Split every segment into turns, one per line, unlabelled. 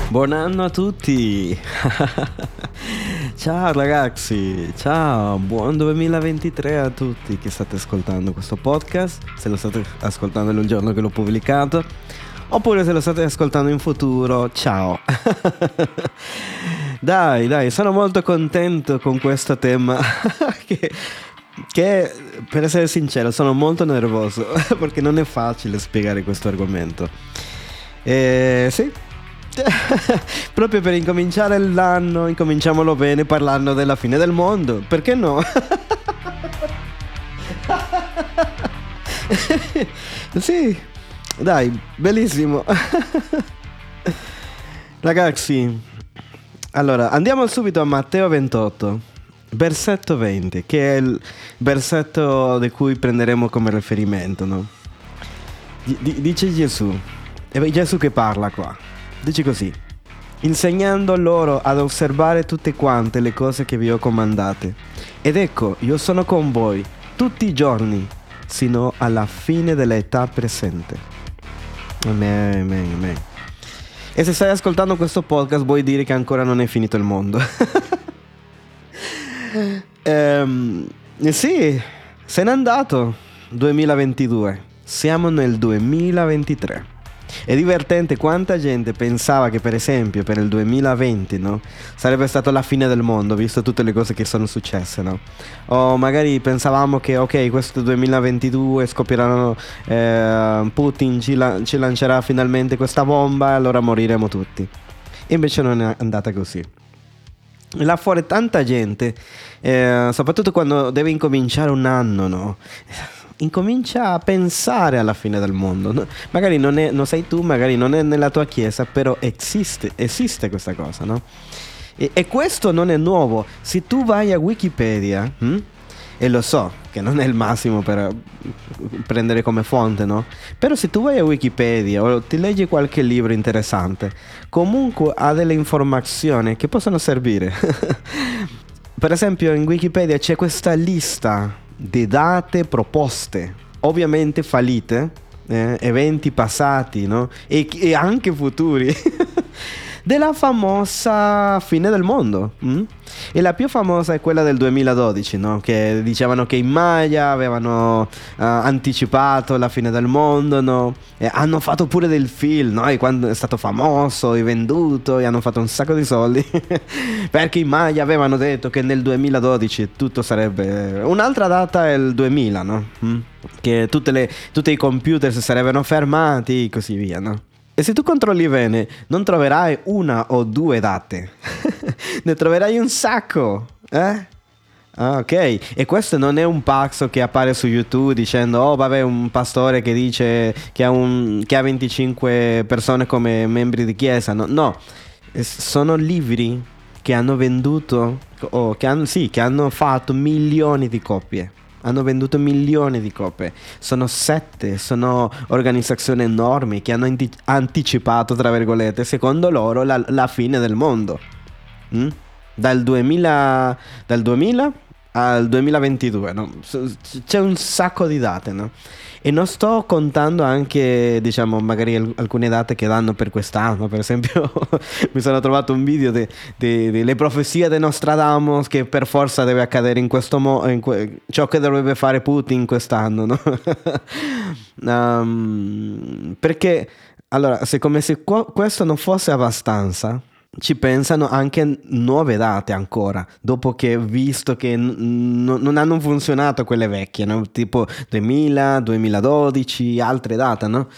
Buon anno a tutti! Ciao ragazzi, ciao, buon 2023 a tutti che state ascoltando questo podcast, se lo state ascoltando nel giorno che l'ho pubblicato, oppure se lo state ascoltando in futuro, ciao! Dai, sono molto contento con questo tema che per essere sincero sono molto nervoso perché non è facile spiegare questo argomento. Sì. Proprio per incominciare l'anno, incominciamolo bene parlando della fine del mondo, perché no? Sì, dai, bellissimo. Ragazzi, allora andiamo subito a Matteo 28, versetto 20, che è il versetto di cui prenderemo come riferimento, no? Dice Gesù, è Gesù che parla qua. Dice così: insegnando loro ad osservare tutte quante le cose che vi ho comandate. Ed ecco, io sono con voi tutti i giorni, sino alla fine dell'età presente. Amen. E se stai ascoltando questo podcast vuoi dire che ancora non è finito il mondo. Sì, se n'è andato 2022. Siamo nel 2023. È divertente quanta gente pensava che per esempio per il 2020, no, sarebbe stata la fine del mondo visto tutte le cose che sono successe, no? O magari pensavamo che ok, questo 2022 scoppieranno, Putin ci lancerà finalmente questa bomba e allora moriremo tutti. E invece non è andata così. Là fuori tanta gente, soprattutto quando deve incominciare un anno, no? Incomincia a pensare alla fine del mondo, no? Magari non sei tu, magari non è nella tua chiesa, però esiste questa cosa, no? E questo non è nuovo. Se tu vai a Wikipedia, e lo so che non è il massimo per prendere come fonte, no? Però se tu vai a Wikipedia o ti leggi qualche libro interessante, comunque ha delle informazioni che possono servire. Per esempio in Wikipedia c'è questa lista di date proposte, ovviamente fallite, eventi passati, no? E anche futuri della famosa fine del mondo. E la più famosa è quella del 2012, no? Che dicevano che i Maya avevano anticipato la fine del mondo, no? E hanno fatto pure del film, no? E quando è stato famoso e venduto e hanno fatto un sacco di soldi perché i Maya avevano detto che nel 2012 tutto sarebbe... Un'altra data è il 2000, no? Che tutti i computer si sarebbero fermati e così via, no? E se tu controlli bene, non troverai una o due date, ne troverai un sacco, Ah, ok. E questo non è un pazzo che appare su YouTube dicendo, oh vabbè, un pastore che dice che ha 25 persone come membri di chiesa. No, sono libri che hanno venduto, o che hanno fatto milioni di copie. Hanno venduto milioni di copie. Sono organizzazioni enormi che hanno anticipato, tra virgolette, secondo loro la fine del mondo. Dal 2000 al 2022, no? C'è un sacco di date, no? E non sto contando anche, diciamo, magari alcune date che danno per quest'anno. Per esempio mi sono trovato un video delle profezie di Nostradamus, che per forza deve accadere in questo ciò che dovrebbe fare Putin quest'anno, no? Perché allora, come se questo non fosse abbastanza, ci pensano anche nuove date ancora, dopo che visto che non hanno funzionato quelle vecchie, no? Tipo 2000, 2012, altre date, no?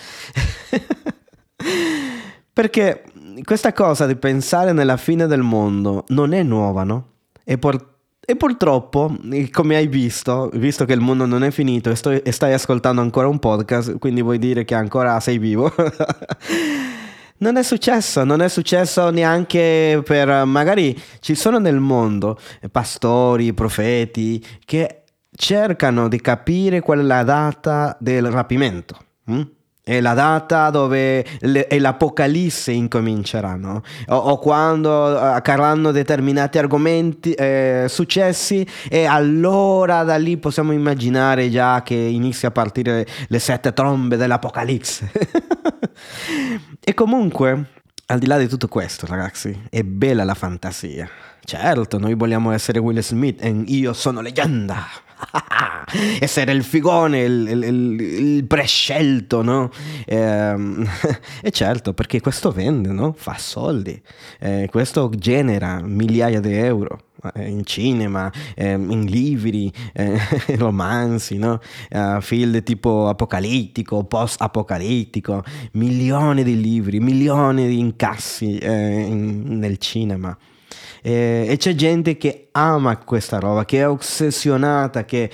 Perché questa cosa di pensare nella fine del mondo non è nuova, no? E purtroppo, come hai visto che il mondo non è finito e stai ascoltando ancora un podcast, quindi vuoi dire che ancora sei vivo. Non è successo neanche per... Magari ci sono nel mondo pastori, profeti che cercano di capire qual è la data del rapimento. È la data dove l'Apocalisse incomincerà, no? O quando accadranno determinati argomenti, successi, e allora da lì possiamo immaginare già che inizia a partire le 7 trombe dell'Apocalisse. E comunque al di là di tutto questo, ragazzi, è bella la fantasia. Certo, noi vogliamo essere Will Smith e io sono leggenda. Essere il figone, il prescelto, no? E certo, perché questo vende, no? Fa soldi. Questo genera migliaia di euro in cinema, in libri, romanzi, no? Film tipo apocalittico, post-apocalittico, milioni di libri, milioni di incassi nel cinema. E c'è gente che ama questa roba, che è ossessionata, che,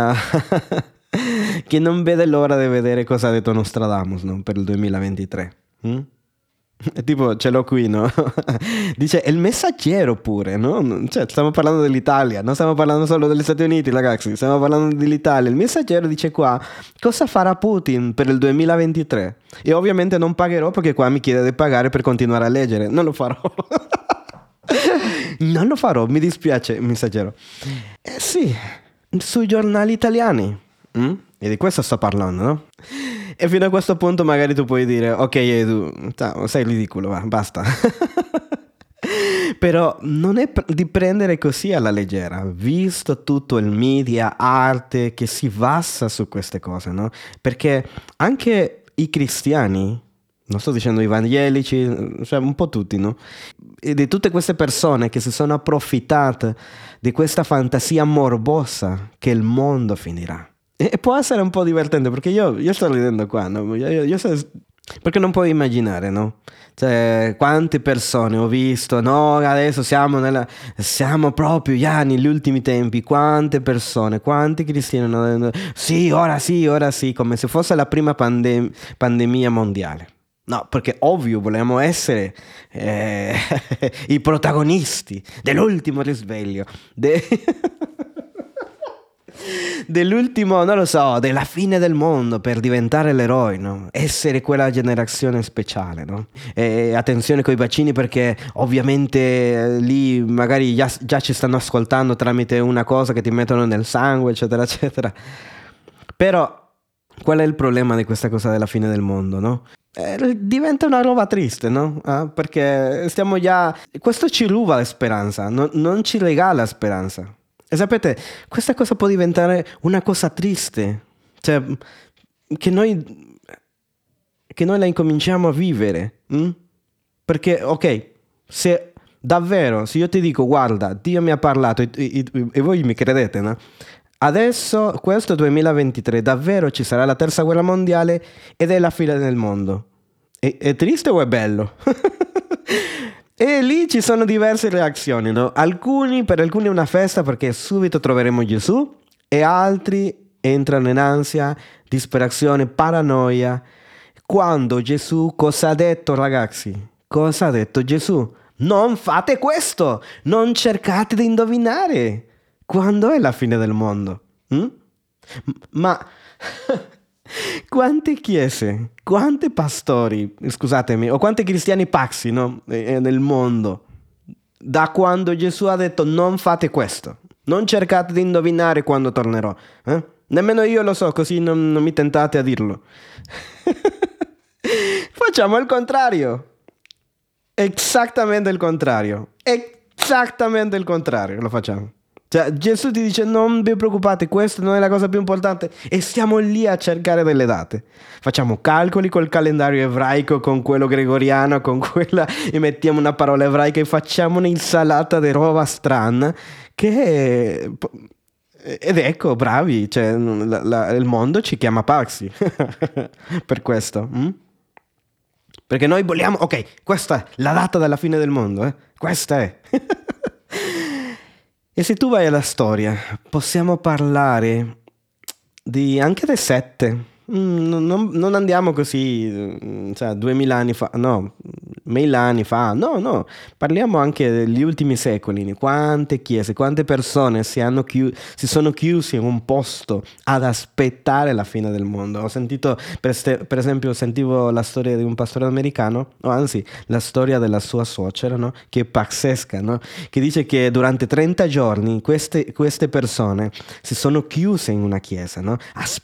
che non vede l'ora di vedere cosa ha detto Nostradamus, no? Per il 2023. Tipo, ce l'ho qui, no? Dice, è il messaggero pure, no? Cioè, stiamo parlando dell'Italia, non stiamo parlando solo degli Stati Uniti, ragazzi, stiamo parlando dell'Italia. Il messaggero dice qua, cosa farà Putin per il 2023? E ovviamente non pagherò perché qua mi chiede di pagare per continuare a leggere. Non lo farò. Non lo farò, mi dispiace, messaggero. Sì, sui giornali italiani. E di questo sto parlando, no? E fino a questo punto magari tu puoi dire, ok Edu, sei ridicolo, va, basta. Però non è di prendere così alla leggera, visto tutto il media, arte che si basa su queste cose, no? Perché anche i cristiani, non sto dicendo evangelici, cioè un po' tutti, no? E di tutte queste persone che si sono approfittate di questa fantasia morbosa che il mondo finirà. E può essere un po' divertente perché io sto ridendo qua, no? Perché non puoi immaginare, no? Cioè, quante persone ho visto, no? Adesso siamo proprio già negli ultimi tempi. Quante persone, quanti cristiani, no? Sì, ora sì, come se fosse la prima pandemia mondiale. No, perché ovvio vogliamo essere i protagonisti dell'ultimo risveglio, dell'ultimo, non lo so, della fine del mondo per diventare l'eroe, no? Essere quella generazione speciale, no? E attenzione coi vaccini perché ovviamente lì magari già ci stanno ascoltando tramite una cosa che ti mettono nel sangue, eccetera, eccetera. Però qual è il problema di questa cosa della fine del mondo, no? Diventa una roba triste, no? Perché stiamo già... Questo ci ruba la speranza, non ci regala speranza. E sapete, questa cosa può diventare una cosa triste. Cioè, che noi la incominciamo a vivere. Perché, ok, se io ti dico, guarda, Dio mi ha parlato e voi mi credete, no? Adesso, questo 2023, davvero ci sarà la terza guerra mondiale ed è la fine del mondo. È triste o è bello? E lì ci sono diverse reazioni, no? Per alcuni è una festa perché subito troveremo Gesù e altri entrano in ansia, disperazione, paranoia. Quando Gesù cosa ha detto, ragazzi? Cosa ha detto Gesù? Non fate questo! Non cercate di indovinare! Quando è la fine del mondo? Ma quante chiese, quanti pastori, scusatemi, o quanti cristiani pazzi, no? Nel mondo, da quando Gesù ha detto non fate questo, non cercate di indovinare quando tornerò. Nemmeno io lo so, così non mi tentate a dirlo. Facciamo il contrario. Esattamente il contrario. Esattamente il contrario lo facciamo. Cioè, Gesù ti dice non vi preoccupate, questa non è la cosa più importante e stiamo lì a cercare delle date. Facciamo calcoli col calendario ebraico, con quello gregoriano, con quella e mettiamo una parola ebraica e facciamo un'insalata di roba strana che... Ed ecco, bravi, cioè, il mondo ci chiama pazzi per questo. Perché noi vogliamo... Ok, questa è la data della fine del mondo, questa è... E se tu vai alla storia, possiamo parlare anche dei sette. Non andiamo così, cioè 2000 anni fa, no, 1000 anni fa, no, parliamo anche degli ultimi secoli. Quante chiese, quante persone si sono chiusi in un posto ad aspettare la fine del mondo. Ho sentito, per esempio, sentivo la storia di un pastore americano, o anzi, la storia della sua suocera, no? Che è pazzesca, no? Che dice che durante 30 giorni queste persone si sono chiuse in una chiesa, no?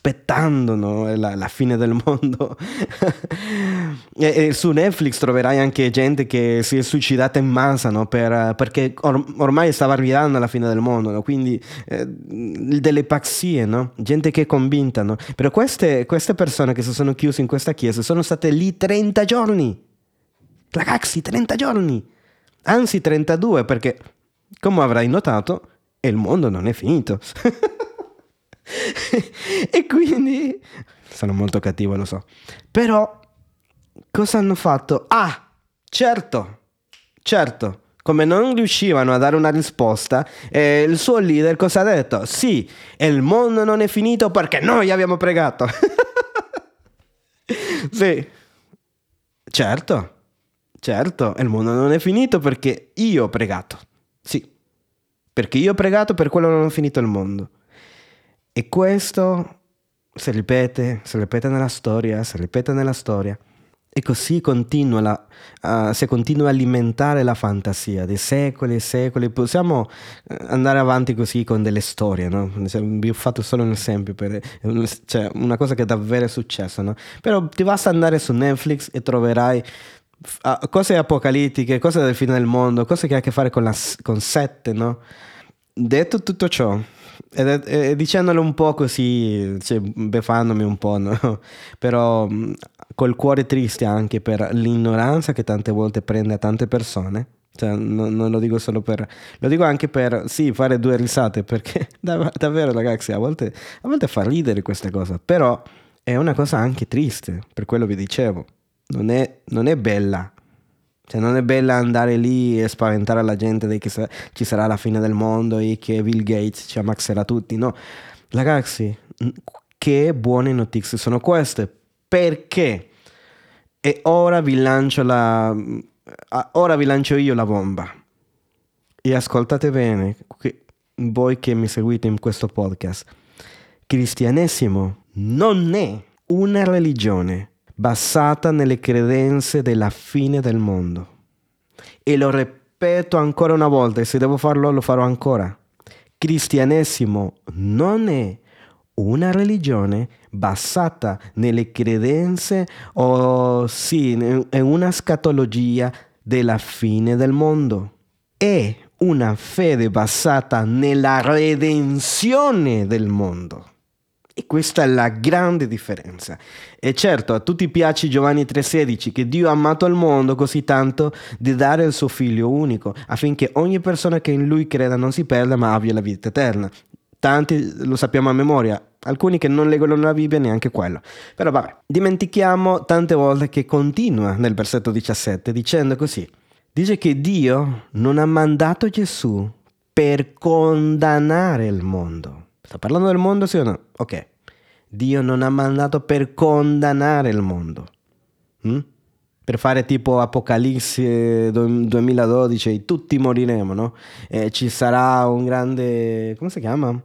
Aspettando, no? La fine del mondo. E su Netflix troverai anche anche gente che si è suicidata in massa, no? Perché ormai stava arrivando alla fine del mondo, no? Quindi delle pazzie, no? Gente che è convinta, no? Però queste persone che si sono chiuse in questa chiesa sono state lì 30 giorni. Ragazzi, 30 giorni. Anzi 32, perché come avrai notato il mondo non è finito. E quindi sono molto cattivo, lo so. Però cosa hanno fatto? Ah, certo, come non riuscivano a dare una risposta, il suo leader cosa ha detto? Sì, il mondo non è finito perché noi abbiamo pregato. Sì, certo, il mondo non è finito perché io ho pregato. Sì, perché io ho pregato, per quello non è finito il mondo. E questo si ripete nella storia, E così si continua a alimentare la fantasia di secoli e secoli. Possiamo andare avanti così con delle storie, no? Vi ho fatto solo un esempio, cioè una cosa che davvero è successa, no? Però ti basta andare su Netflix e troverai cose apocalittiche, cose del fine del mondo, cose che hanno a che fare con sette, no? Detto tutto ciò, e dicendolo un po' così, cioè, beffandomi un po', no? Però col cuore triste anche per l'ignoranza che tante volte prende a tante persone. Cioè, non lo dico solo lo dico anche per, sì, fare due risate, perché davvero ragazzi, a volte fa ridere questa cosa, però è una cosa anche triste, per quello vi dicevo, non è bella. Cioè non è bella andare lì e spaventare la gente di che ci sarà la fine del mondo e che Bill Gates ci ammazserà tutti. No, ragazzi, che buone notizie sono queste. Perché? E ora vi lancio io la bomba. E ascoltate bene, voi che mi seguite in questo podcast. Cristianesimo non è una religione basata nelle credenze della fine del mondo. E lo ripeto ancora una volta, e se devo farlo lo farò ancora. Cristianesimo non è una religione basata nelle credenze è una scatologia della fine del mondo. È una fede basata nella redenzione del mondo. E questa è la grande differenza. E certo, a tutti piace Giovanni 3,16, che Dio ha amato il mondo così tanto di dare il suo figlio unico, affinché ogni persona che in lui creda non si perda ma abbia la vita eterna. Tanti lo sappiamo a memoria, alcuni che non leggono la Bibbia neanche quello. Però vabbè, dimentichiamo tante volte che continua nel versetto 17 dicendo così. Dice che Dio non ha mandato Gesù per condannare il mondo. Sta parlando del mondo, sì o no? Ok. Dio non ha mandato per condannare il mondo. Per fare tipo Apocalisse 2012 e tutti moriremo, no? Ci sarà un grande... come si chiama?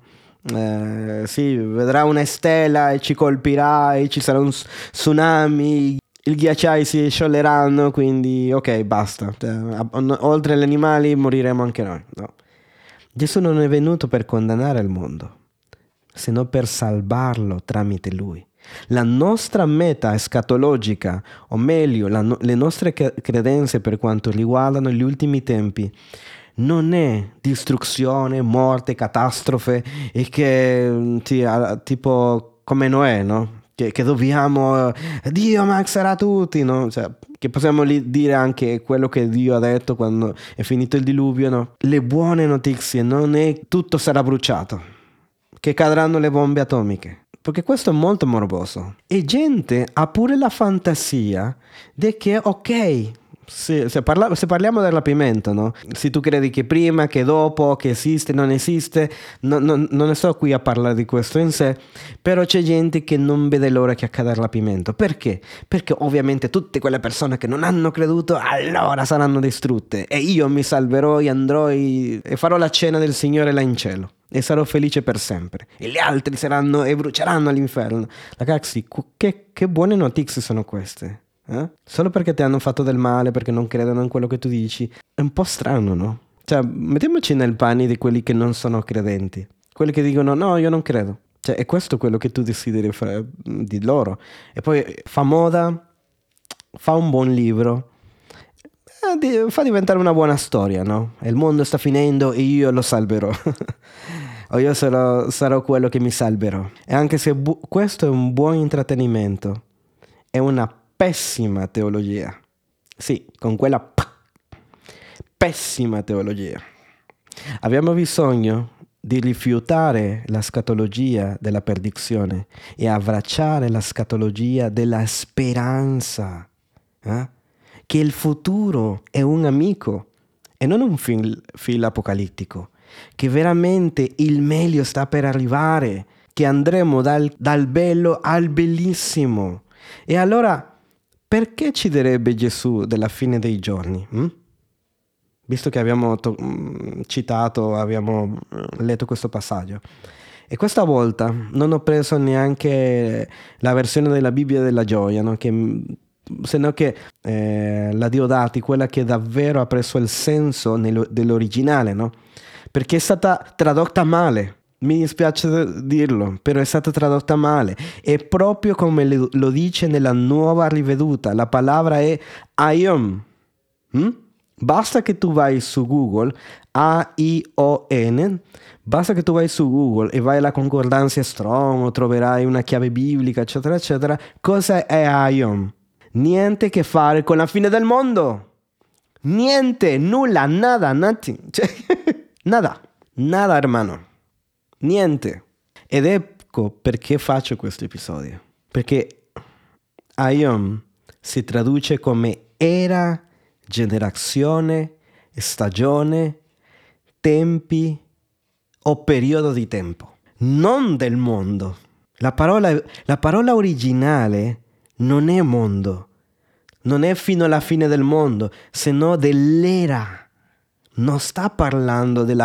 Sì, vedrà una stella e ci colpirà e ci sarà un tsunami, il ghiacciai si scioglieranno, quindi ok, basta. Oltre agli animali moriremo anche noi, no? Gesù non è venuto per condannare il mondo, se non per salvarlo tramite lui. La nostra meta escatologica, o meglio, le nostre credenze per quanto riguardano gli ultimi tempi, non è distruzione, morte, catastrofe, e che tipo come Noè, no? Che dobbiamo, Dio ammazserà tutti, no? Cioè, che possiamo dire anche quello che Dio ha detto quando è finito il diluvio, no? Le buone notizie non è tutto sarà bruciato, che cadranno le bombe atomiche, perché questo è molto morboso. E gente ha pure la fantasia di che ok, se parliamo del rapimento, no? Se tu credi che prima, che dopo, che esiste, non esiste, non ne sto qui a parlare di questo in sé, però c'è gente che non vede l'ora che accada il rapimento. Perché? Perché ovviamente tutte quelle persone che non hanno creduto allora saranno distrutte e io mi salverò e andrò e farò la cena del Signore là in cielo e sarò felice per sempre e gli altri saranno e bruceranno all'inferno. Ragazzi, che buone notizie sono queste? Solo perché ti hanno fatto del male, perché non credono in quello che tu dici, è un po' strano, no? Cioè, mettiamoci nel panni di quelli che non sono credenti, quelli che dicono no, io non credo. Cioè, è questo quello che tu desideri di loro. E poi fa moda, fa un buon libro, fa diventare una buona storia, no? Il mondo sta finendo e io lo salverò. O io sarò quello che mi salverò. E anche se questo è un buon intrattenimento, è una pessima teologia. Sì, con quella pessima teologia. Abbiamo bisogno di rifiutare la scatologia della perdizione e abbracciare la scatologia della speranza. Che il futuro è un amico e non un film apocalittico. Che veramente il meglio sta per arrivare. Che andremo dal bello al bellissimo. E allora, perché ci direbbe Gesù della fine dei giorni? Visto che abbiamo abbiamo letto questo passaggio. E questa volta non ho preso neanche la versione della Bibbia della Gioia, no? Se no che la Diodati, quella che davvero ha preso il senso dell'originale, no? Perché è stata tradotta male. Mi dispiace dirlo, però è stata tradotta male. E proprio come lo dice nella nuova riveduta, la parola è aion. Basta che tu vai su Google, A-I-O-N, basta che tu vai su Google e vai alla concordanza Strong, troverai una chiave biblica, eccetera, eccetera. Cosa è aion? Niente a che fare con la fine del mondo. Niente, nulla, nada, nothing. Nada, hermano. Niente. Ed ecco perché faccio questo episodio. Perché aion si traduce come era, generazione, stagione, tempi o periodo di tempo. Non del mondo. La parola originale non è mondo. Non è fino alla fine del mondo, se no dell'era. Non sta parlando del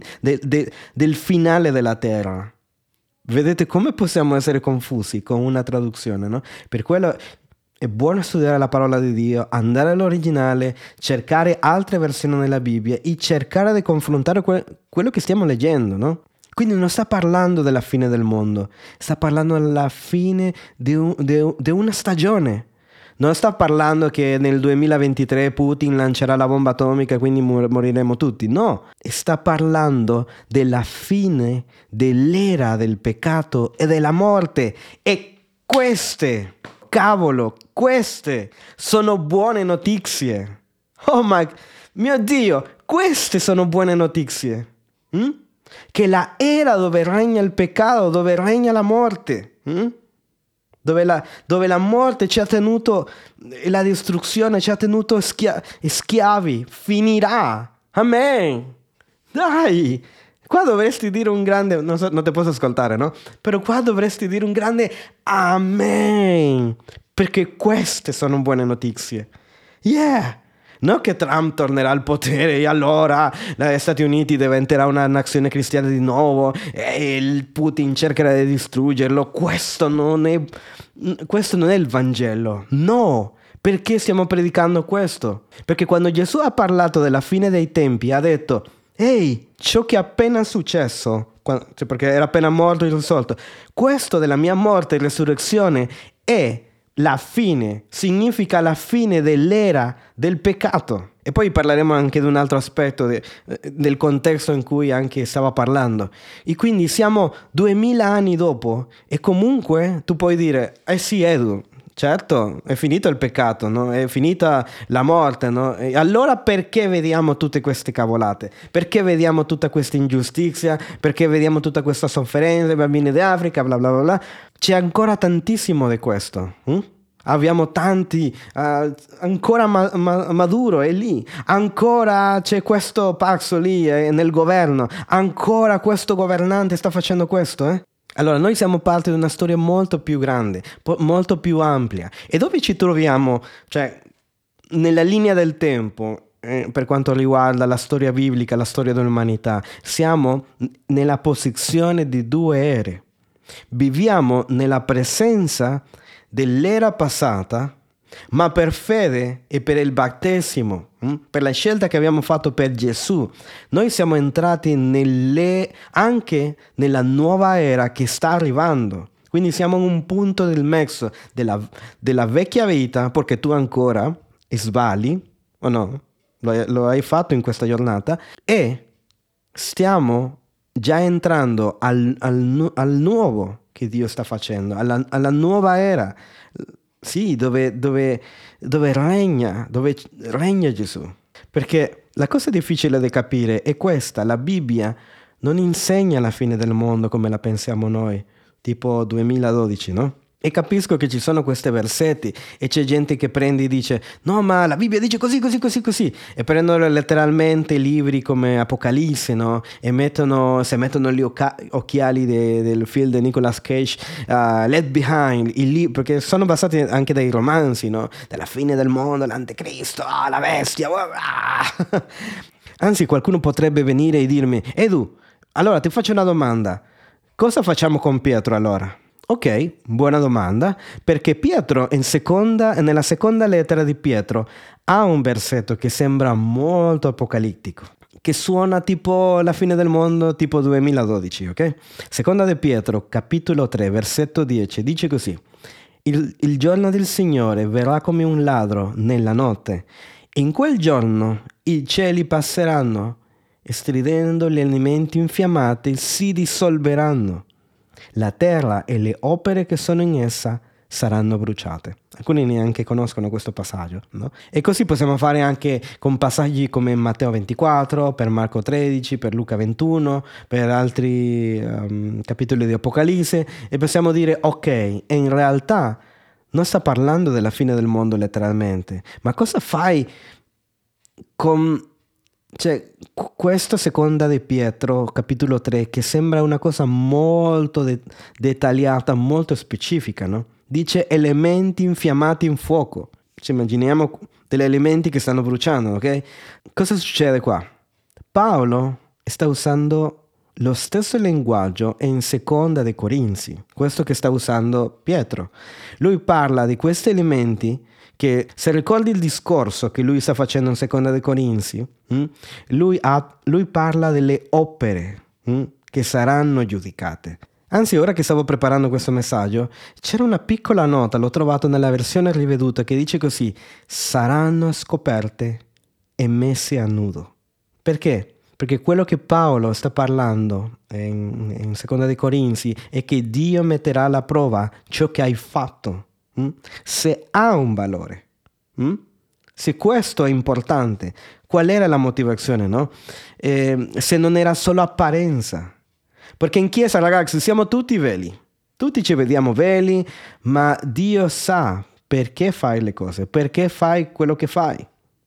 finale della terra. Vedete come possiamo essere confusi con una traduzione, no? Per quello è buono studiare la parola di Dio, andare all'originale, cercare altre versioni della Bibbia e cercare di confrontare quello che stiamo leggendo, no? Quindi non sta parlando della fine del mondo, sta parlando della fine di una stagione. Non sta parlando che nel 2023 Putin lancerà la bomba atomica e quindi moriremo tutti. No, sta parlando della fine dell'era del peccato e della morte. E queste sono buone notizie. Oh mio Dio, queste sono buone notizie. Che la era dove regna il peccato, dove regna la morte, dove la morte ci ha tenuto, e la distruzione ci ha tenuto schiavi, finirà. Amen. Dai, qua dovresti dire un grande, non ti posso ascoltare, no? Però qua dovresti dire un grande amen, perché queste sono buone notizie. Yeah. Non che Trump tornerà al potere e allora gli Stati Uniti diventerà una nazione cristiana di nuovo e il Putin cercherà di distruggerlo. Questo non è il Vangelo. No, perché stiamo predicando questo? Perché quando Gesù ha parlato della fine dei tempi ha detto: ehi, ciò che è appena successo, perché era appena morto e risorto, questo della mia morte e risurrezione è la fine, significa la fine dell'era del peccato. E poi parleremo anche di un altro aspetto del contesto in cui anche stava parlando. E quindi siamo 2000 anni dopo e comunque tu puoi dire: sì Edu, certo, è finito il peccato, no? È finita la morte, no? E allora perché vediamo tutte queste cavolate? Perché vediamo tutta questa ingiustizia? Perché vediamo tutta questa sofferenza, i bambini d'Africa, bla bla bla bla? C'è ancora tantissimo di questo. Abbiamo tanti, ancora Maduro è lì, ancora c'è questo pazzo lì nel governo, ancora questo governante sta facendo questo. Allora noi siamo parte di una storia molto più grande, molto più ampia. E dove ci troviamo, cioè, nella linea del tempo, per quanto riguarda la storia biblica, la storia dell'umanità? Siamo nella posizione di due ere. Viviamo nella presenza dell'era passata, ma per fede e per il battesimo, per la scelta che abbiamo fatto per Gesù, noi siamo entrati anche nella nuova era che sta arrivando. Quindi siamo in un punto del mezzo della vecchia vita, perché tu ancora sbagli, o no? Lo hai fatto in questa giornata e stiamo già entrando al nuovo che Dio sta facendo, alla nuova era, sì, dove regna Gesù. Perché la cosa difficile da capire è questa: la Bibbia non insegna la fine del mondo come la pensiamo noi, tipo 2012, no? E capisco che ci sono questi versetti e c'è gente che prende e dice no, ma la Bibbia dice così, così, così, così, e prendono letteralmente libri come Apocalisse, no? E se mettono gli occhiali del film di Nicolas Cage, Left Behind, perché sono basati anche dai romanzi, no? Della fine del mondo, l'anticristo, la bestia. Anzi, qualcuno potrebbe venire e dirmi: Edu, allora ti faccio una domanda, cosa facciamo con Pietro allora? Ok, buona domanda, perché Pietro nella seconda lettera di Pietro ha un versetto che sembra molto apocalittico, che suona tipo la fine del mondo, tipo 2012, ok? Seconda di Pietro, capitolo 3, versetto 10, dice così: il giorno del Signore verrà come un ladro nella notte. In quel giorno i cieli passeranno e stridendo gli elementi infiammati si dissolveranno. La terra e le opere che sono in essa saranno bruciate. Alcuni neanche conoscono questo passaggio, no? E così possiamo fare anche con passaggi come Matteo 24, per Marco 13, per Luca 21, per altri capitoli di Apocalisse, e possiamo dire ok, e in realtà non sta parlando della fine del mondo letteralmente, ma cosa fai con questa seconda di Pietro, capitolo 3, che sembra una cosa molto dettagliata, molto specifica, no? Dice elementi infiammati in fuoco. Ci immaginiamo degli elementi che stanno bruciando, ok? Cosa succede qua? Paolo sta usando lo stesso linguaggio in seconda dei Corinzi, questo che sta usando Pietro. Lui parla di questi elementi che, se ricordi il discorso che lui sta facendo in seconda dei Corinzi, lui parla delle opere che saranno giudicate. Anzi, ora che stavo preparando questo messaggio, c'era una piccola nota, l'ho trovato nella versione riveduta, che dice così: saranno scoperte e messe a nudo. Perché? Perché quello che Paolo sta parlando in seconda dei Corinzi è che Dio metterà alla prova ciò che hai fatto. Se ha un valore, se questo è importante, qual era la motivazione, no? Se non era solo apparenza, perché in chiesa, ragazzi, siamo tutti veli, tutti ci vediamo veli, ma Dio sa perché fai le cose, perché fai quello che fai,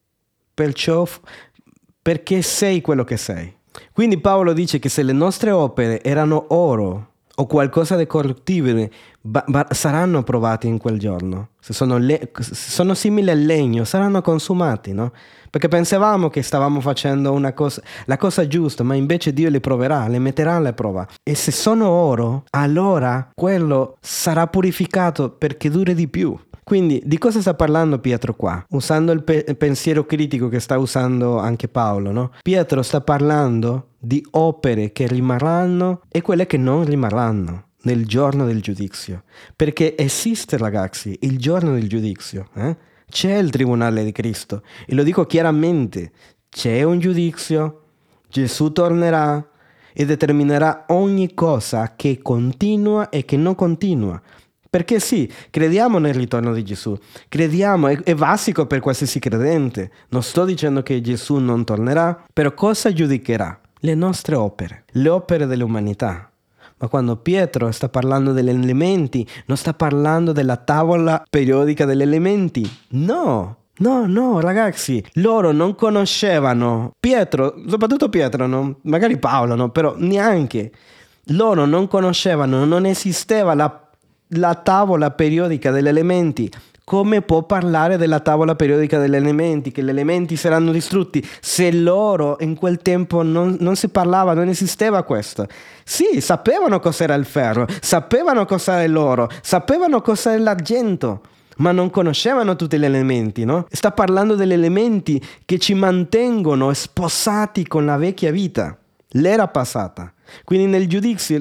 perciò perché sei quello che sei. Quindi Paolo dice che se le nostre opere erano oro o qualcosa di corruttibile, saranno provati in quel giorno. Se sono simili al legno, saranno consumati, no? Perché pensavamo che stavamo facendo la cosa giusta, ma invece Dio le proverà, le metterà alla prova. E se sono oro, allora quello sarà purificato perché duri di più. Quindi di cosa sta parlando Pietro qua? Usando il pensiero critico che sta usando anche Paolo, no? Pietro sta parlando di opere che rimarranno e quelle che non rimarranno nel giorno del giudizio. Perché esiste, ragazzi, il giorno del giudizio. C'è il tribunale di Cristo. E lo dico chiaramente, c'è un giudizio, Gesù tornerà e determinerà ogni cosa che continua e che non continua. Perché sì, crediamo nel ritorno di Gesù, crediamo, è basico per qualsiasi credente. Non sto dicendo che Gesù non tornerà, però cosa giudicherà? Le nostre opere, le opere dell'umanità. Ma quando Pietro sta parlando degli elementi, non sta parlando della tavola periodica degli elementi. No, ragazzi, loro non conoscevano Pietro, soprattutto Pietro, no? Magari Paolo, no? Però neanche. Loro non conoscevano, non esisteva la tavola periodica degli elementi. Come può parlare della tavola periodica degli elementi, che gli elementi saranno distrutti, se loro in quel tempo non si parlava, non esisteva questo? Sì, sapevano cos'era il ferro, sapevano cos'era l'oro, sapevano cos'era l'argento, ma non conoscevano tutti gli elementi, no? Sta parlando degli elementi che ci mantengono sposati con la vecchia vita, l'era passata. Quindi nel giudizio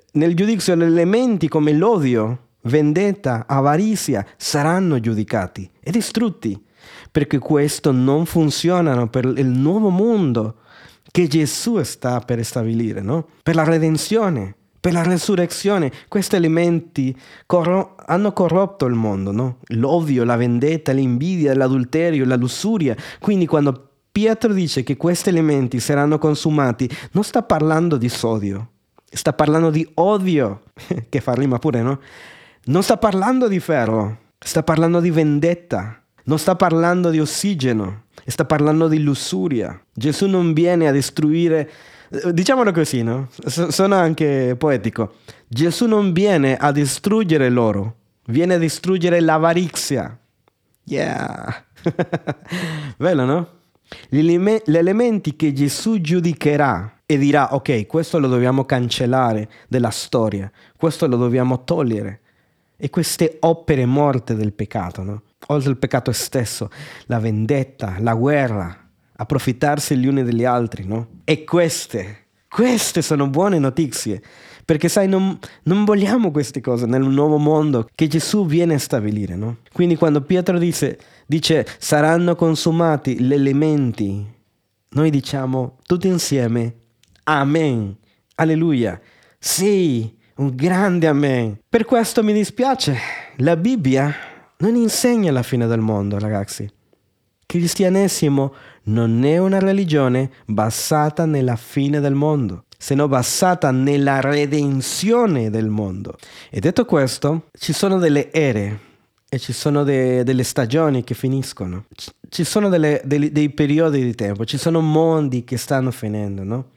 gli elementi come l'odio, vendetta, avarizia saranno giudicati e distrutti. perché questo non funziona per il nuovo mondo che Gesù sta per stabilire, no? Per la redenzione, per la resurrezione. Questi elementi hanno corrotto il mondo, no? L'odio, la vendetta, l'invidia, l'adulterio, la lussuria. Quindi quando Pietro dice che questi elementi saranno consumati, non sta parlando di sodio, sta parlando di odio, che fa rima pure, no? Non sta parlando di ferro, sta parlando di vendetta, non sta parlando di ossigeno, sta parlando di lussuria. Gesù non viene a distruggere, diciamolo così, no? Sono anche poetico. Gesù non viene a distruggere l'oro, viene a distruggere l'avarizia. Yeah! Bello, no? Gli elementi che Gesù giudicherà e dirà, ok, questo lo dobbiamo cancellare dalla storia, questo lo dobbiamo togliere. E queste opere morte del peccato, no? Oltre al peccato stesso, la vendetta, la guerra, approfittarsi gli uni degli altri, no? E queste sono buone notizie, perché sai, non vogliamo queste cose nel nuovo mondo che Gesù viene a stabilire, no? Quindi quando Pietro dice saranno consumati gli elementi, noi diciamo tutti insieme, amen, alleluia, sì, un grande amen. Per questo mi dispiace, la Bibbia non insegna la fine del mondo, ragazzi. Il cristianesimo non è una religione basata nella fine del mondo, sino basata nella redenzione del mondo. E detto questo, ci sono delle ere e ci sono delle stagioni che finiscono. Ci sono dei periodi di tempo, ci sono mondi che stanno finendo, no?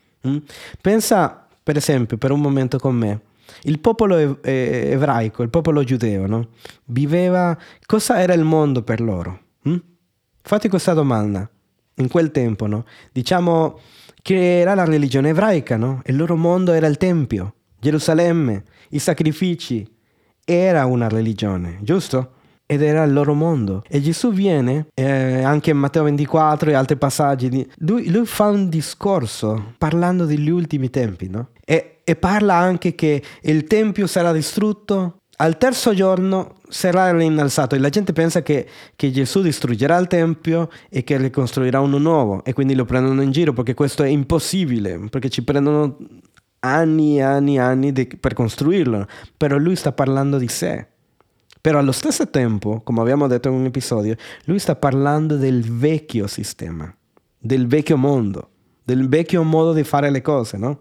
Pensa, per esempio, per un momento con me, il popolo ebraico, il popolo giudeo, no? Viveva, cosa era il mondo per loro? Fate questa domanda. In quel tempo, no? Diciamo che era la religione ebraica, no? Il loro mondo era il Tempio, Gerusalemme, i sacrifici. Era una religione, giusto? Ed era il loro mondo. E Gesù viene, anche in Matteo 24 e altri passaggi, lui fa un discorso parlando degli ultimi tempi, no? E parla anche che il Tempio sarà distrutto, al terzo giorno sarà rinnalzato. E la gente pensa che Gesù distruggerà il Tempio e che ricostruirà uno nuovo. E quindi lo prendono in giro perché questo è impossibile, perché ci prendono anni e anni e anni per costruirlo. Però lui sta parlando di sé. Però allo stesso tempo, come abbiamo detto in un episodio, lui sta parlando del vecchio sistema, del vecchio mondo, del vecchio modo di fare le cose, no?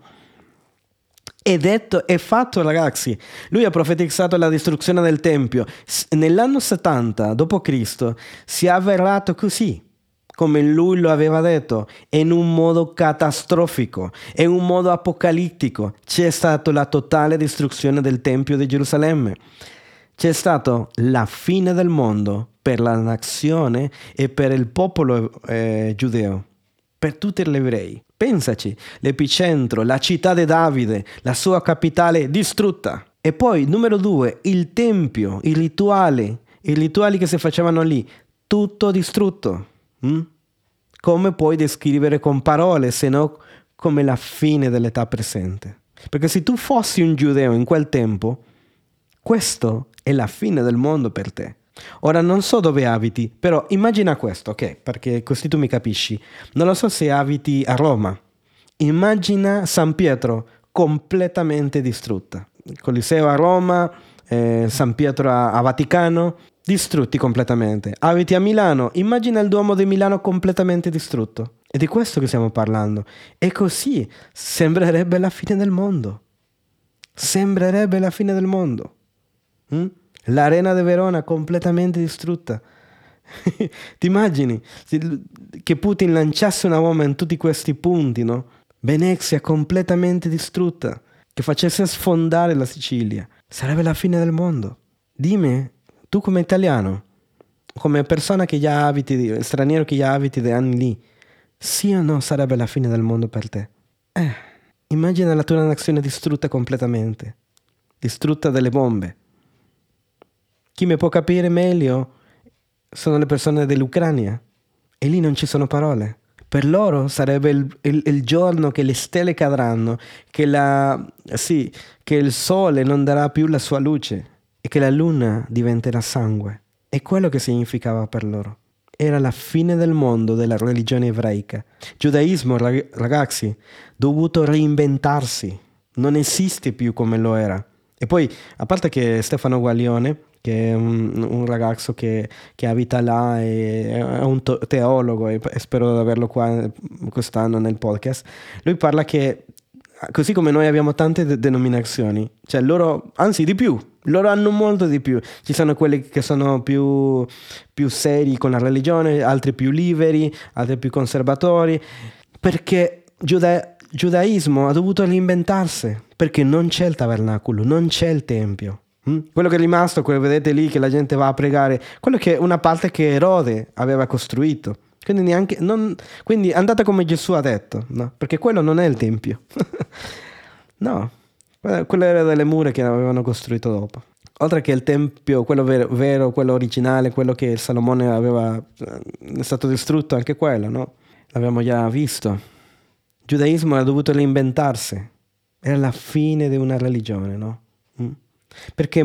È detto, è fatto, ragazzi. Lui ha profetizzato la distruzione del Tempio. Nell'anno 70 d.C. si è avverato così, come lui lo aveva detto, in un modo catastrofico, in un modo apocalittico. C'è stata la totale distruzione del Tempio di Gerusalemme. C'è stata la fine del mondo per la nazione e per il popolo giudeo, per tutti gli ebrei. Pensaci, l'epicentro, la città di Davide, la sua capitale distrutta. E poi, numero 2, il Tempio, i rituali che si facevano lì, tutto distrutto. Come puoi descrivere con parole, se no come la fine dell'età presente? Perché se tu fossi un giudeo in quel tempo, questo è la fine del mondo per te. Ora non so dove abiti, però immagina questo, ok? Perché così tu mi capisci. Non lo so se abiti a Roma. Immagina San Pietro completamente distrutta. Il Coliseo a Roma, San Pietro a Vaticano, distrutti completamente. Abiti a Milano, immagina il Duomo di Milano completamente distrutto. È di questo che stiamo parlando. E così sembrerebbe la fine del mondo. Sembrerebbe la fine del mondo. L'arena di Verona completamente distrutta. Ti immagini che Putin lanciasse una bomba in tutti questi punti, no? Venezia completamente distrutta, che facesse sfondare la Sicilia. Sarebbe la fine del mondo. Dimmi, tu come italiano, come persona che già abiti, straniero che già abiti da anni lì, sì o no sarebbe la fine del mondo per te? Immagina la tua nazione distrutta completamente, distrutta dalle bombe. Chi mi può capire meglio sono le persone dell'Ucraina e lì non ci sono parole. Per loro sarebbe il giorno che le stelle cadranno, che il sole non darà più la sua luce e che la luna diventerà sangue. È quello che significava per loro. era la fine del mondo della religione ebraica. Giudaismo, ragazzi, dovuto reinventarsi, non esiste più come lo era. E poi, a parte che Stefano Guaglione, che è un ragazzo che abita là, e è un teologo, e spero di averlo qua quest'anno nel podcast, lui parla che così come noi abbiamo tante denominazioni, cioè loro, anzi di più, loro hanno molto di più. Ci sono quelli che sono più seri con la religione, altri più liberi, altri più conservatori, perché giudaismo ha dovuto reinventarsi, perché non c'è il tabernacolo, non c'è il tempio. Quello che è rimasto, quello che vedete lì che la gente va a pregare, quello che è una parte che Erode aveva costruito. Quindi andate come Gesù ha detto, no? Perché quello non è il tempio. No, quello era delle mura che avevano costruito dopo. Oltre che il tempio, quello vero, quello originale, quello che Salomone aveva, è stato distrutto anche quello, no? L'abbiamo già visto. Il giudaismo ha dovuto reinventarsi. Era la fine di una religione, no? Perché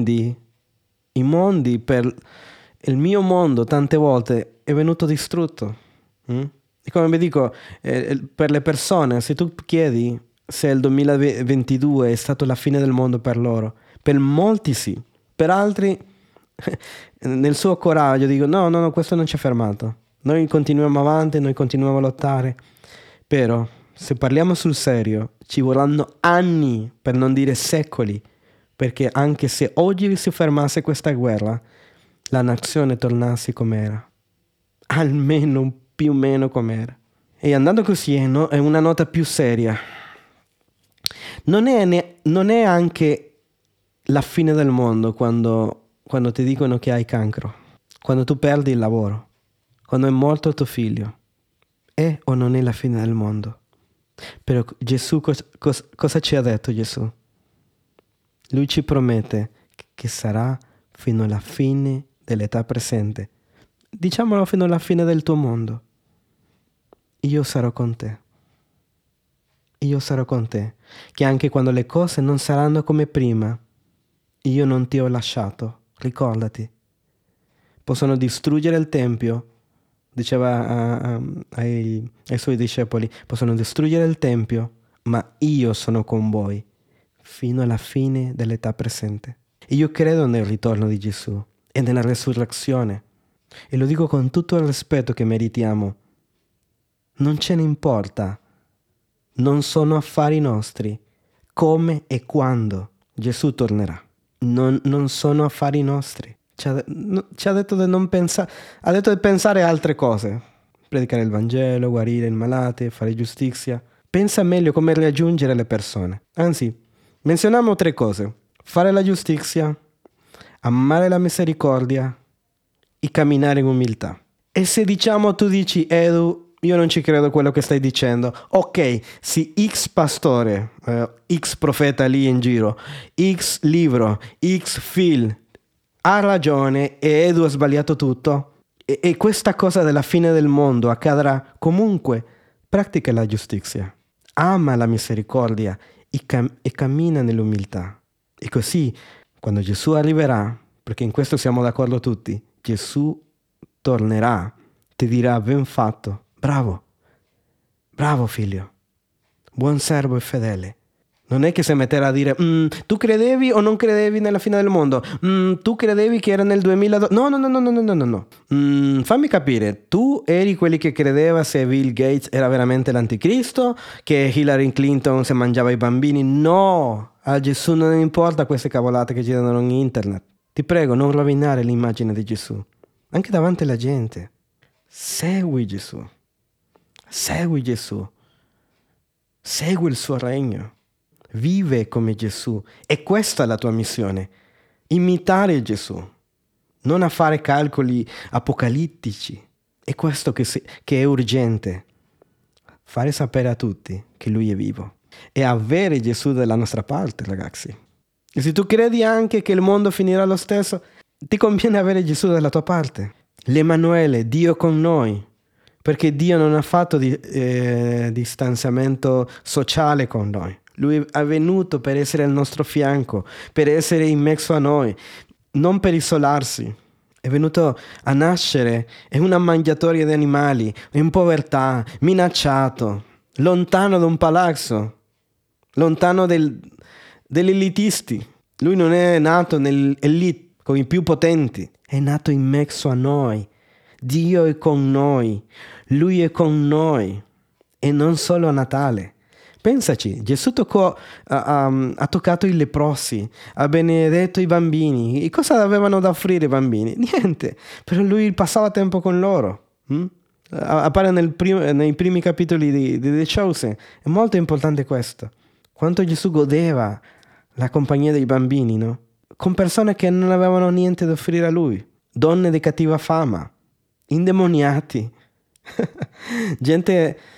i mondi per il mio mondo tante volte è venuto distrutto. E come vi dico, per le persone, se tu chiedi se il 2022 è stato la fine del mondo per loro, per molti sì, per altri nel suo coraggio dico no, questo non ci ha fermato. Noi continuiamo avanti, noi continuiamo a lottare, però se parliamo sul serio ci vorranno anni, per non dire secoli, perché anche se oggi si fermasse questa guerra, la nazione tornasse com'era, almeno più o meno com'era. E andando così è una nota più seria. Non è anche la fine del mondo quando ti dicono che hai cancro, quando tu perdi il lavoro, quando è morto tuo figlio. È o non è la fine del mondo? Però Gesù, cosa ci ha detto Gesù? Lui ci promette che sarà fino alla fine dell'età presente. Diciamolo fino alla fine del tuo mondo. Io sarò con te. Io sarò con te. Che anche quando le cose non saranno come prima, io non ti ho lasciato. Ricordati. Possono distruggere il Tempio, diceva ai suoi discepoli, possono distruggere il Tempio, ma io sono con voi fino alla fine dell'età presente. E io credo nel ritorno di Gesù e nella resurrezione. E lo dico con tutto il rispetto che meritiamo. Non ce ne importa. Non sono affari nostri come e quando Gesù tornerà. Non sono affari nostri. Ci ha detto di non pensare, ha detto di pensare a altre cose. Predicare il Vangelo, guarire i malati, fare giustizia. Pensa meglio come raggiungere le persone. Anzi, menzioniamo 3 cose. Fare la giustizia, amare la misericordia e camminare in umiltà. E se tu dici, Edu, io non ci credo a quello che stai dicendo. Ok, sì, X pastore, X profeta lì in giro, X libro, X film, ha ragione e Edu ha sbagliato tutto. E questa cosa della fine del mondo accadrà comunque. Pratica la giustizia, ama la misericordia e cammina nell'umiltà. E così, quando Gesù arriverà, perché in questo siamo d'accordo tutti, Gesù tornerà, ti dirà ben fatto, bravo figlio, buon servo e fedele. Non è che si metterà a dire tu credevi o non credevi nella fine del mondo, tu credevi che era nel 2012. No. Fammi capire, tu eri quelli che credeva se Bill Gates era veramente l'anticristo, che Hillary Clinton si mangiava i bambini. No, a Gesù non importa queste cavolate che girano in internet. Ti prego, non rovinare l'immagine di Gesù, anche davanti alla gente. Segui Gesù, segui il suo regno. Vive come Gesù. E questa è la tua missione. Imitare Gesù. Non a fare calcoli apocalittici. È questo che è urgente. Fare sapere a tutti che Lui è vivo. E avere Gesù dalla nostra parte, ragazzi. E se tu credi anche che il mondo finirà lo stesso, ti conviene avere Gesù dalla tua parte. L'Emanuele, Dio con noi. Perché Dio non ha fatto distanziamento sociale con noi. Lui è venuto per essere al nostro fianco, per essere in mezzo a noi, non per isolarsi. È venuto a nascere in una mangiatoia di animali, in povertà, minacciato, lontano da un palazzo, lontano dagli elitisti. Lui non è nato nell'elite con i più potenti, è nato in mezzo a noi. Dio è con noi, Lui è con noi e non solo a Natale. Pensaci, Gesù ha toccato i leprosi, ha benedetto i bambini. E cosa avevano da offrire i bambini? Niente, però lui passava tempo con loro. Appare nei primi capitoli di The Chosen. È molto importante questo. Quanto Gesù godeva la compagnia dei bambini, no? Con persone che non avevano niente da offrire a lui. Donne di cattiva fama, indemoniati, gente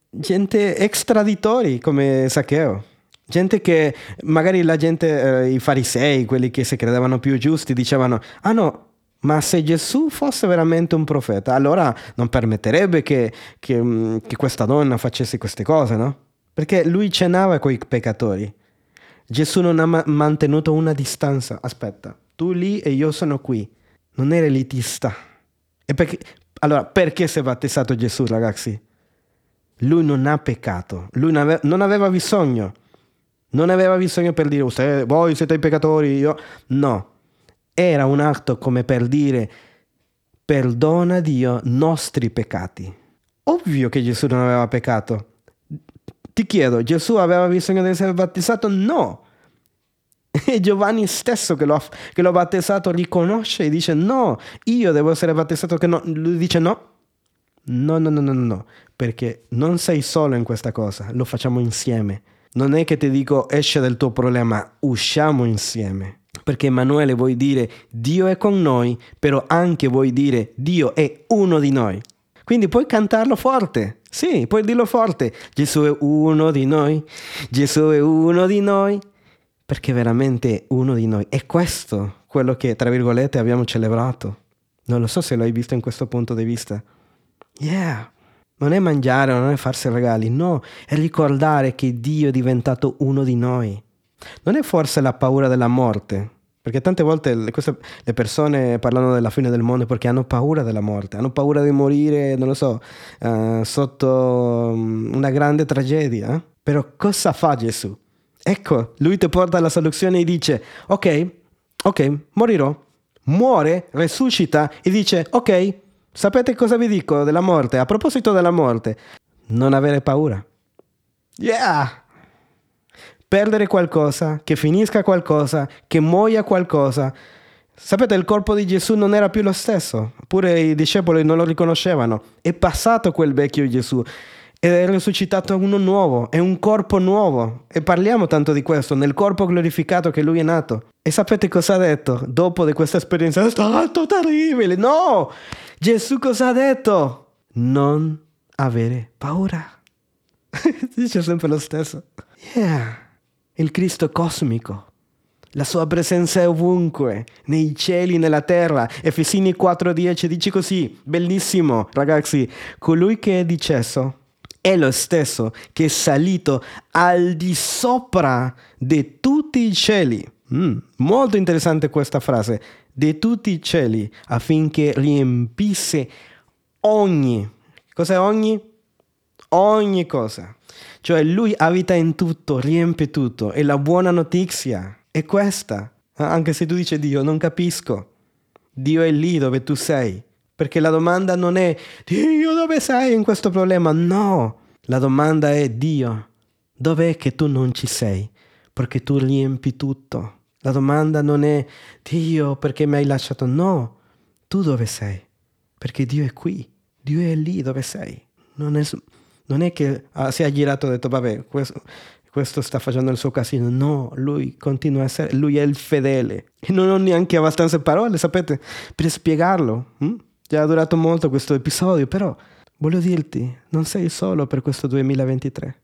extraditori come Zaccheo. Gente che magari i farisei, quelli che si credevano più giusti, dicevano: ah no, ma se Gesù fosse veramente un profeta, allora non permetterebbe che questa donna facesse queste cose, no? Perché lui cenava con i peccatori. Gesù non ha mantenuto una distanza. Aspetta, tu lì e io sono qui. Non era elitista. Allora, perché si è battezzato Gesù, ragazzi? Lui non ha peccato. Lui non aveva bisogno. Non aveva bisogno per dire: voi siete i peccatori, io... No. Era un atto come per dire: perdona Dio nostri peccati. Ovvio che Gesù non aveva peccato. Ti chiedo, Gesù aveva bisogno di essere battezzato? No. E Giovanni stesso che l'ho battezzato riconosce e dice: no, io devo essere battezzato. Che no. Lui dice: no. No, perché non sei solo in questa cosa, lo facciamo insieme. Non è che ti dico esce del tuo problema, usciamo insieme. Perché Emanuele vuoi dire Dio è con noi, però anche vuoi dire Dio è uno di noi. Quindi puoi cantarlo forte, sì, puoi dirlo forte. Gesù è uno di noi, Gesù è uno di noi, perché veramente è uno di noi. È questo quello che, tra virgolette, abbiamo celebrato. Non lo so se l'hai visto in questo punto di vista. Yeah, non è mangiare, non è farsi regali, no, è ricordare che Dio è diventato uno di noi. Non è forse la paura della morte, perché tante volte le persone parlano della fine del mondo perché hanno paura della morte, hanno paura di morire, non lo so, sotto una grande tragedia. Però cosa fa Gesù? Ecco, lui ti porta alla soluzione e dice: ok, morirò. Muore, resuscita e dice: ok, sapete cosa vi dico della morte? A proposito della morte, non avere paura. Yeah! Perdere qualcosa, che finisca qualcosa, che muoia qualcosa. Sapete, il corpo di Gesù non era più lo stesso. Pure i discepoli non lo riconoscevano. È passato quel vecchio Gesù ed è risuscitato uno nuovo, è un corpo nuovo. E parliamo tanto di questo, nel corpo glorificato che lui è nato. E sapete cosa ha detto dopo di questa esperienza? È stato terribile. No! Gesù cosa ha detto? Non avere paura. Dice sempre lo stesso. Yeah. Il Cristo cosmico. La sua presenza è ovunque, nei cieli, nella terra. Efesini 4:10 dice così, bellissimo ragazzi: colui che è decesso è lo stesso che è salito al di sopra di tutti i cieli. Molto interessante questa frase, di tutti i cieli, affinché riempisse ogni. Cos'è ogni? Ogni cosa. Cioè lui abita in tutto, riempie tutto. E la buona notizia è questa. Anche se tu dici: Dio, non capisco. Dio è lì dove tu sei. Perché la domanda non è: Dio, dove sei in questo problema? No. La domanda è: Dio, dov'è che tu non ci sei? Perché tu riempi tutto. La domanda non è: Dio, perché mi hai lasciato? No. Tu dove sei? Perché Dio è qui. Dio è lì dove sei. Non è che si è girato e ha detto: vabbè, questo sta facendo il suo casino. No, lui continua a essere, lui è il fedele. E non ho neanche abbastanza parole, sapete, per spiegarlo. Già ha durato molto questo episodio, però voglio dirti, non sei solo per questo 2023.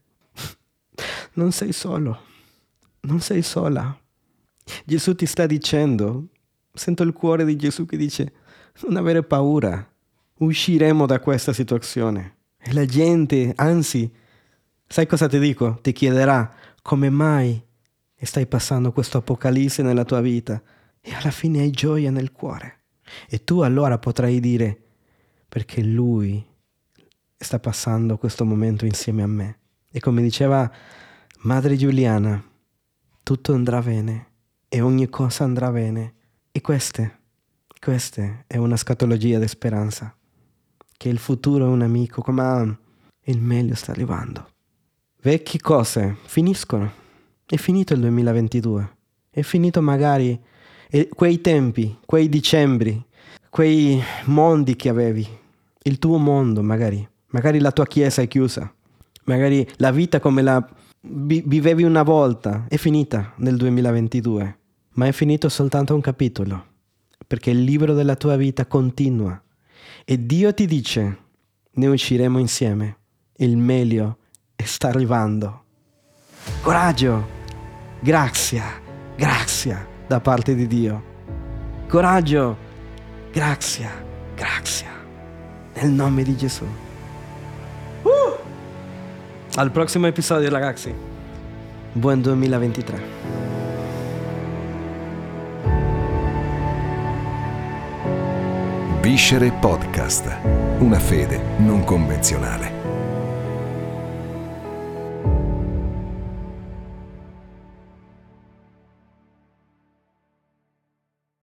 Non sei solo. Non sei sola. Gesù ti sta dicendo, sento il cuore di Gesù che dice: non avere paura. Usciremo da questa situazione. E la gente, anzi, sai cosa ti dico? Ti chiederà: come mai stai passando questo apocalisse nella tua vita? E alla fine hai gioia nel cuore. E tu allora potrai dire: perché lui sta passando questo momento insieme a me. E come diceva Madre Giuliana, tutto andrà bene e ogni cosa andrà bene. E questa è una scatologia di speranza, che il futuro è un amico, ma il meglio sta arrivando. Vecchie cose finiscono. È finito il 2022. È finito magari quei tempi, quei dicembri, quei mondi che avevi. Il tuo mondo magari. Magari la tua chiesa è chiusa. Magari la vita come la vivevi una volta è finita nel 2022. Ma è finito soltanto un capitolo. Perché il libro della tua vita continua. E Dio ti dice: ne usciremo insieme. Il meglio sta arrivando. Coraggio, grazia da parte di Dio. Coraggio, grazia. Nel nome di Gesù. Al prossimo episodio, ragazzi. Buon 2023.
Viscere Podcast, una fede non convenzionale.